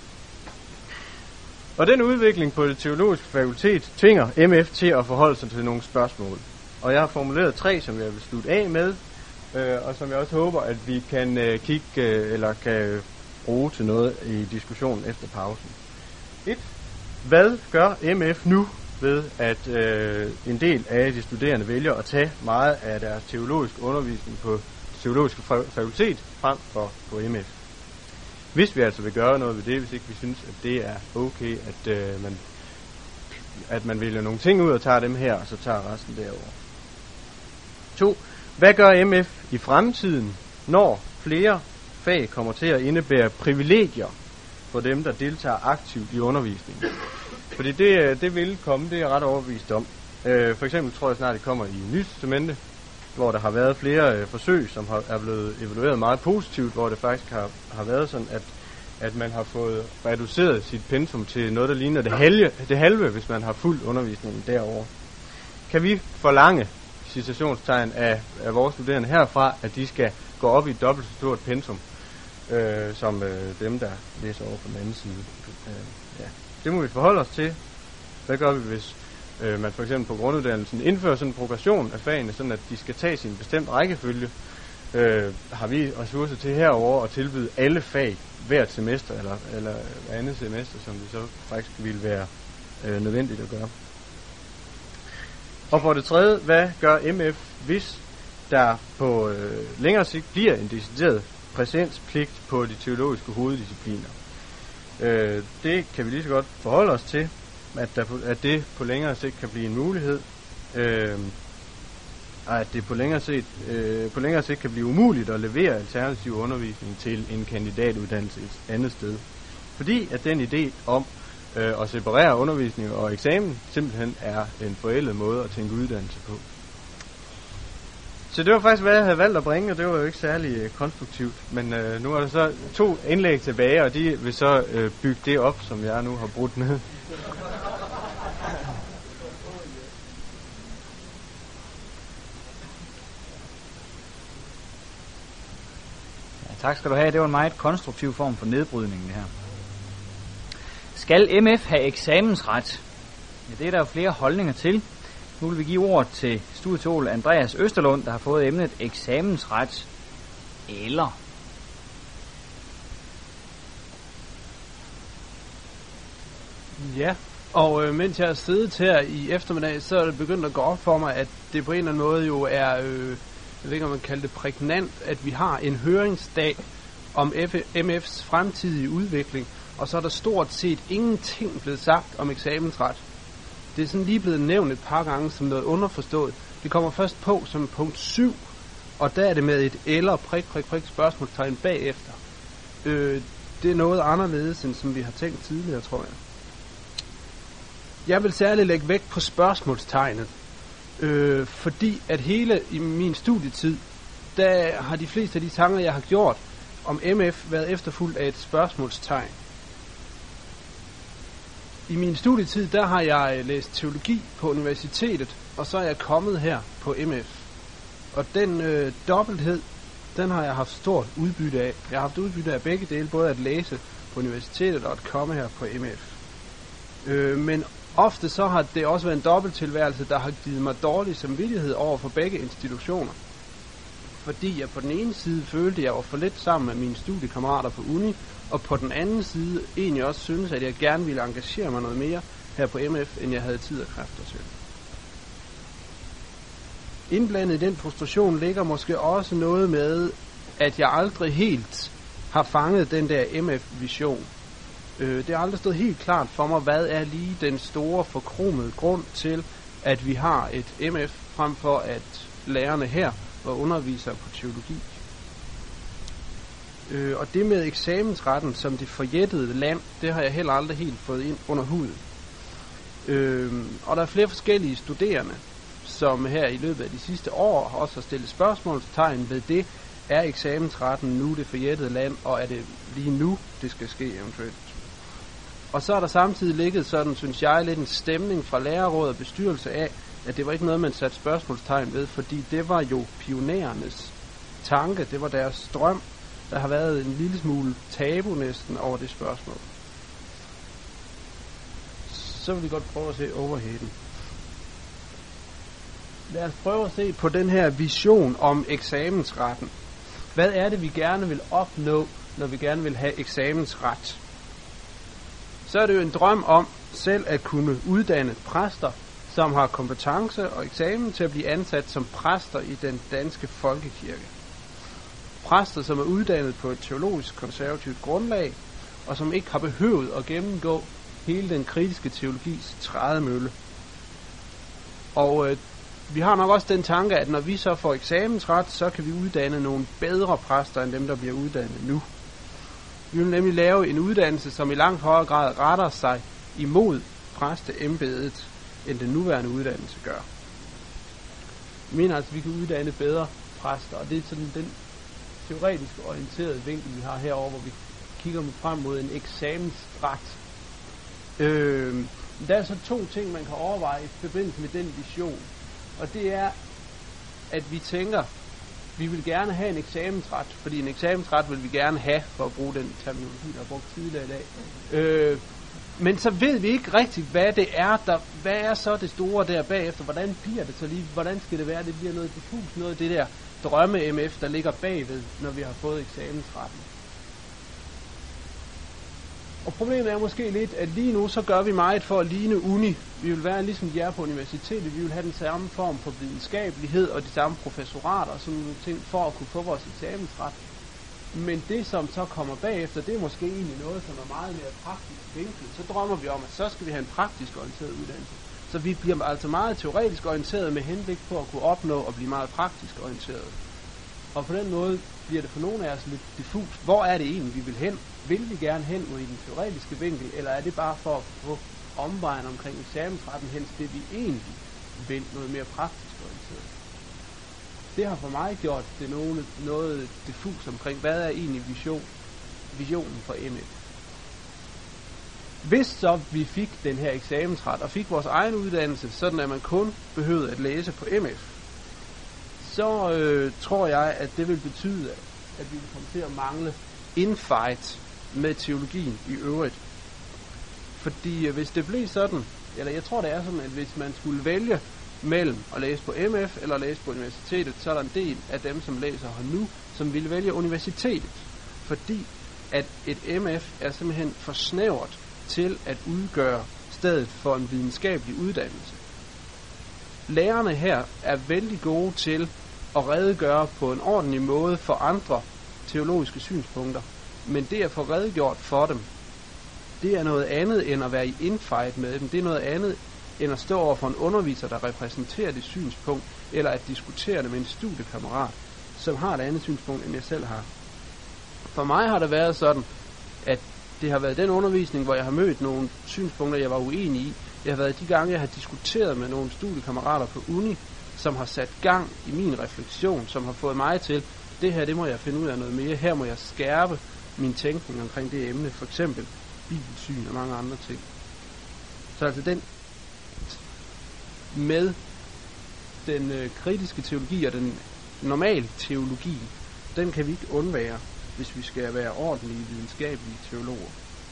Og den udvikling på det teologiske fakultet tvinger MF til at forholde sig til nogle spørgsmål. Og jeg har formuleret 3, som jeg vil slutte af med, og som jeg også håber, at vi kan kan bruge til noget i diskussionen efter pausen. 1. Hvad gør MF nu ved, at en del af de studerende vælger at tage meget af deres teologiske undervisning på det teologiske fakultet frem for på MF? Hvis vi altså vil gøre noget ved det, hvis ikke vi synes, at det er okay, at man vælger nogle ting ud og tager dem her, og så tager resten derover. 2. Hvad gør MF i fremtiden, når flere fag kommer til at indebære privilegier for dem, der deltager aktivt i undervisningen? Fordi det vil komme, det er jeg ret overbevist om. For eksempel tror jeg snart, det kommer i Nyt Testamente, hvor der har været flere forsøg, som er blevet evalueret meget positivt, hvor det faktisk har været sådan, at man har fået reduceret sit pensum til noget, der ligner det halve, hvis man har fuldt undervisningen derovre. Kan vi forlange, citationstegn, af vores studerende herfra, at de skal gå op i et dobbelt så stort pensum, som dem, der læser over på den anden side? Det må vi forholde os til. Hvad gør vi, hvis man for eksempel på grunduddannelsen indfører sådan en progression af fagene, sådan at de skal tage sin bestemt rækkefølge? Har vi ressourcer til herover at tilbyde alle fag hvert semester, eller andet semester, som det så faktisk ville være nødvendigt at gøre? Og for det tredje, hvad gør MF, hvis der på længere sigt bliver en decideret præsenspligt på de teologiske hoveddiscipliner? Det kan vi lige så godt forholde os til, at det på længere sigt kan blive en mulighed, og at det på længere sigt kan blive umuligt at levere alternativ undervisning til en kandidatuddannelse et andet sted. Fordi at den idé om at separere undervisning og eksamen simpelthen er en forældet måde at tænke uddannelse på. Så det var faktisk, hvad jeg havde valgt at bringe, og det var jo ikke særlig konstruktivt. Men nu er der så 2 indlæg tilbage, og de vil så bygge det op, som jeg nu har brudt ned. Ja, tak skal du have. Det var en meget konstruktiv form for nedbrydning, det her. Skal MF have eksamensret? Ja, det er der jo flere holdninger til. Nu vil vi give ordet til studietol Andreas Østerlund, der har fået emnet eksamensret eller. Ja, og mens jeg har siddet her i eftermiddag, så er det begyndt at gå op for mig, at det på en eller anden måde jo er, jeg ved ikke om man kalder det prægnant, at vi har en høringsdag om MF's fremtidige udvikling, og så er der stort set ingenting blevet sagt om eksamensret. Det er sådan lige blevet nævnt et par gange som noget underforstået. Det kommer først på som punkt 7, og der er det med et eller prik spørgsmålstegn bagefter. Det er noget anderledes, end som vi har tænkt tidligere, tror jeg. Jeg vil særligt lægge vægt på spørgsmålstegnet, fordi at hele i min studietid, der har de fleste af de tanker, jeg har gjort om MF, været efterfulgt af et spørgsmålstegn. I min studietid, der har jeg læst teologi på universitetet, og så er jeg kommet her på MF. Og den dobbelthed, den har jeg haft stort udbytte af. Jeg har haft udbytte af begge dele, både at læse på universitetet og at komme her på MF. Men ofte så har det også været en dobbelttilværelse, der har givet mig dårlig samvittighed over for begge institutioner. Fordi jeg på den ene side følte, at jeg var for lidt sammen med mine studiekammerater på uni, og på den anden side egentlig også synes, at jeg gerne ville engagere mig noget mere her på MF, end jeg havde tid og kræfter til. Indblandet i den frustration ligger måske også noget med, at jeg aldrig helt har fanget den der MF-vision. Det har aldrig stået helt klart for mig, hvad er lige den store forkromede grund til, at vi har et MF, frem for at lærerne her var undervisere på teologi. Og det med eksamensretten som det forjættede land, det har jeg heller aldrig helt fået ind under huden. Og der er flere forskellige studerende, som her i løbet af de sidste år også har stillet spørgsmålstegn ved det. Er eksamensretten nu det forjættede land, og er det lige nu, det skal ske eventuelt? Og så er der samtidig ligget sådan, synes jeg, lidt en stemning fra lærerråd og bestyrelse af, at det var ikke noget, man satte spørgsmålstegn ved, fordi det var jo pionerernes tanke, det var deres drøm. Der har været en lille smule tabu næsten over det spørgsmål. Så vil vi godt prøve at se overheaden. Lad os prøve at se på den her vision om eksamensretten. Hvad er det, vi gerne vil opnå, når vi gerne vil have eksamensret? Så er det jo en drøm om selv at kunne uddanne præster, som har kompetence og eksamen til at blive ansat som præster i den danske folkekirke. Præster, som er uddannet på et teologisk konservativt grundlag, og som ikke har behøvet at gennemgå hele den kritiske teologis trædemølle. Og vi har nok også den tanke, at når vi så får eksamensret, så kan vi uddanne nogle bedre præster, end dem, der bliver uddannet nu. Vi vil nemlig lave en uddannelse, som i langt højere grad retter sig imod præsteembedet, end den nuværende uddannelse gør. Vi mener altså, at vi kan uddanne bedre præster, og det er sådan den teoretisk orienterede vinkel, vi har herover, hvor vi kigger frem mod en eksamensret. Der er så 2 ting, man kan overveje i forbindelse med den vision, og det er, at vi tænker, vi vil gerne have en eksamensret, fordi en eksamensret vil vi gerne have, for at bruge den terminologi, der er brugt tidligere i dag. Men så ved vi ikke rigtigt, hvad det er, hvad er så det store der bagefter, hvordan bliver det så lige, hvordan skal det være, det bliver noget diffus, noget af det der drømme-MF, der ligger bagved, når vi har fået eksamensretten. Og problemet er måske lidt, at lige nu så gør vi meget for at ligne uni. Vi vil være ligesom de er på universitetet, vi vil have den samme form for videnskabelighed og de samme professorater og sådan nogle ting for at kunne få vores eksamensret. Men det, som så kommer bagefter, det er måske egentlig noget, som er meget mere praktisk vinklet. Så drømmer vi om, at så skal vi have en praktisk orienteret uddannelse. Så vi bliver altså meget teoretisk orienteret med henblik på at kunne opnå og blive meget praktisk orienteret. Og på den måde bliver det for nogle af os lidt diffus. Hvor er det egentlig, vi vil hen? Vil vi gerne hen mod i den teoretiske vinkel, eller er det bare for at få omvejen omkring eksamensretten hen til det, vi egentlig vil, noget mere praktisk orienteret? Det har for mig gjort det noget diffus omkring, hvad er egentlig visionen for MF. Hvis så vi fik den her eksamensret og fik vores egen uddannelse, sådan at man kun behøvede at læse på MF, så tror jeg, at det vil betyde, at vi vil komme til at mangle infight med teologien i øvrigt. Fordi hvis det blev sådan, eller jeg tror det er sådan, at hvis man skulle vælge mellem at læse på MF eller at læse på universitetet, så er der en del af dem, som læser her nu, som ville vælge universitetet. Fordi at et MF er simpelthen for snævert til at udgøre stedet for en videnskabelig uddannelse. Lærerne her er vældig gode til at redegøre på en ordentlig måde for andre teologiske synspunkter, men det at få redegjort for dem, det er noget andet end at være i infight med dem. Det er noget andet end at stå over for en underviser, der repræsenterer det synspunkt, eller at diskutere det med en studiekammerat, som har et andet synspunkt, end jeg selv har. For mig har det været sådan, at det har været den undervisning, hvor jeg har mødt nogle synspunkter, jeg var uenig i. Det har været de gange, jeg har diskuteret med nogle studiekammerater på uni, som har sat gang i min refleksion, som har fået mig til, det her, det må jeg finde ud af noget mere. Her må jeg skærpe min tænkning omkring det emne, for eksempel bibelsyn og mange andre ting. Så altså den med den kritiske teologi og den normale teologi, den kan vi ikke undvære, hvis vi skal være ordentlige videnskabelige teologer.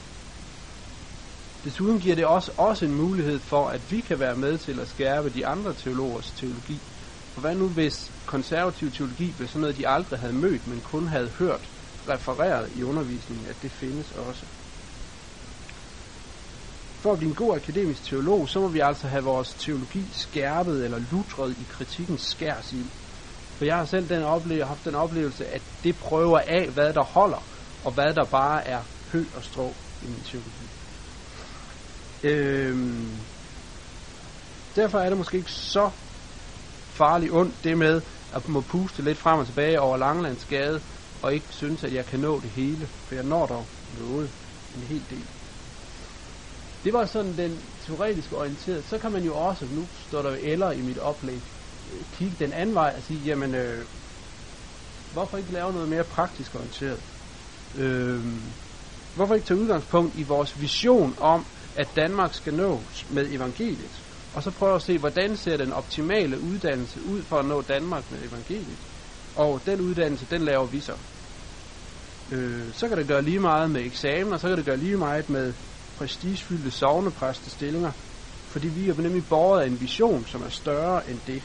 Desuden giver det også en mulighed for, at vi kan være med til at skærpe de andre teologers teologi. For hvad nu hvis konservativ teologi blev sådan noget, de aldrig havde mødt, men kun havde hørt refereret i undervisningen, at det findes også. For at blive en god akademisk teolog, så må vi altså have vores teologi skærpet eller lutret i kritikkens skærsild. For jeg har selv haft den oplevelse, at det prøver af, hvad der holder, og hvad der bare er hø og strå i min teologi. Derfor er det måske ikke så farligt ondt, det med at må puste lidt frem og tilbage over Langelandsgade, og ikke synes, at jeg kan nå det hele, for jeg når dog noget, en hel del. Det var sådan den teoretiske orienteret. Så kan man jo også, nu står der jo eller i mit oplæg, kigge den anden vej og sige, jamen, hvorfor ikke lave noget mere praktisk orienteret? Hvorfor ikke tage udgangspunkt i vores vision om, at Danmark skal nås med evangeliet? Og så prøve at se, hvordan ser den optimale uddannelse ud for at nå Danmark med evangeliet? Og den uddannelse, den laver vi så. Så kan det gøre lige meget med eksamen, og så kan det gøre lige meget med prestigefyldte sognepræstestillinger, fordi vi er nemlig båret af en vision, som er større end det.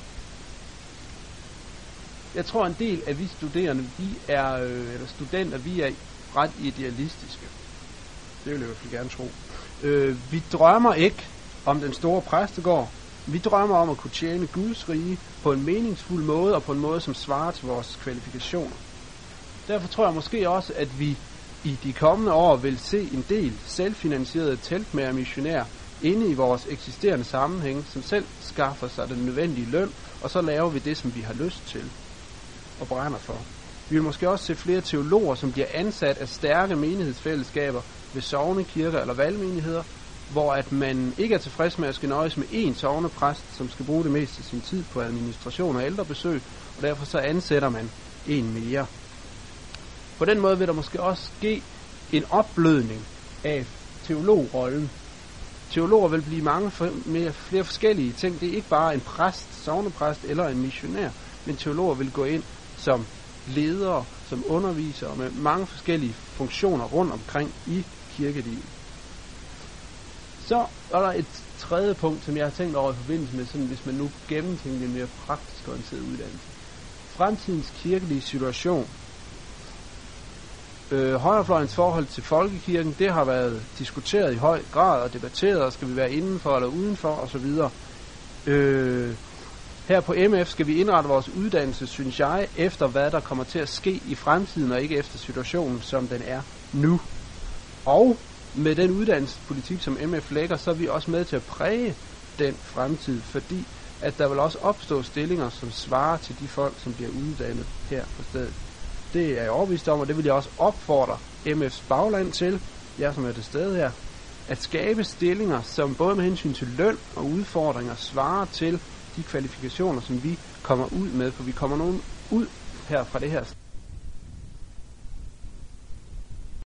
Jeg tror, en del af vi studerende, eller studenter, vi er ret idealistiske. Det vil jeg i hvert fald gerne tro. Vi drømmer ikke om den store præstegård. Vi drømmer om at kunne tjene Guds rige på en meningsfuld måde, og på en måde, som svarer til vores kvalifikationer. Derfor tror jeg måske også, at vi i de kommende år vil se en del selvfinansierede teltmager missionærer inde i vores eksisterende sammenhæng, som selv skaffer sig den nødvendige løn, og så laver vi det, som vi har lyst til og brænder for. Vi vil måske også se flere teologer, som bliver ansat af stærke menighedsfællesskaber ved sognekirker eller valgmenigheder, hvor at man ikke er tilfreds med at skal nøjes med én sognepræst, som skal bruge det meste af sin tid på administration og ældrebesøg, og derfor så ansætter man en mere. På den måde vil der måske også ske en opblødning af teologrollen. Teologer vil blive flere forskellige ting. Det er ikke bare en præst, sognepræst eller en missionær, men teologer vil gå ind som ledere, som undervisere med mange forskellige funktioner rundt omkring i kirkelivet. Så er der et tredje punkt, som jeg har tænkt over i forbindelse med, sådan, hvis man nu gennemtænker en mere praktisk orienteret uddannelse. Fremtidens kirkelige situation. Højrefløjens forhold til folkekirken, det har været diskuteret i høj grad og debatteret, og skal vi være indenfor eller udenfor osv. Her på MF skal vi indrette vores uddannelse, synes jeg, efter hvad der kommer til at ske i fremtiden, og ikke efter situationen, som den er nu. Og med den uddannelsespolitik, som MF lægger, så er vi også med til at præge den fremtid, fordi at der vil også opstå stillinger, som svarer til de folk, som bliver uddannet her på stedet. Det er jeg overbevist om, og det vil jeg også opfordre MF's bagland til, jeg som er til stede her, at skabe stillinger, som både med hensyn til løn og udfordringer svarer til de kvalifikationer, som vi kommer ud med, for vi kommer nogen ud her fra det her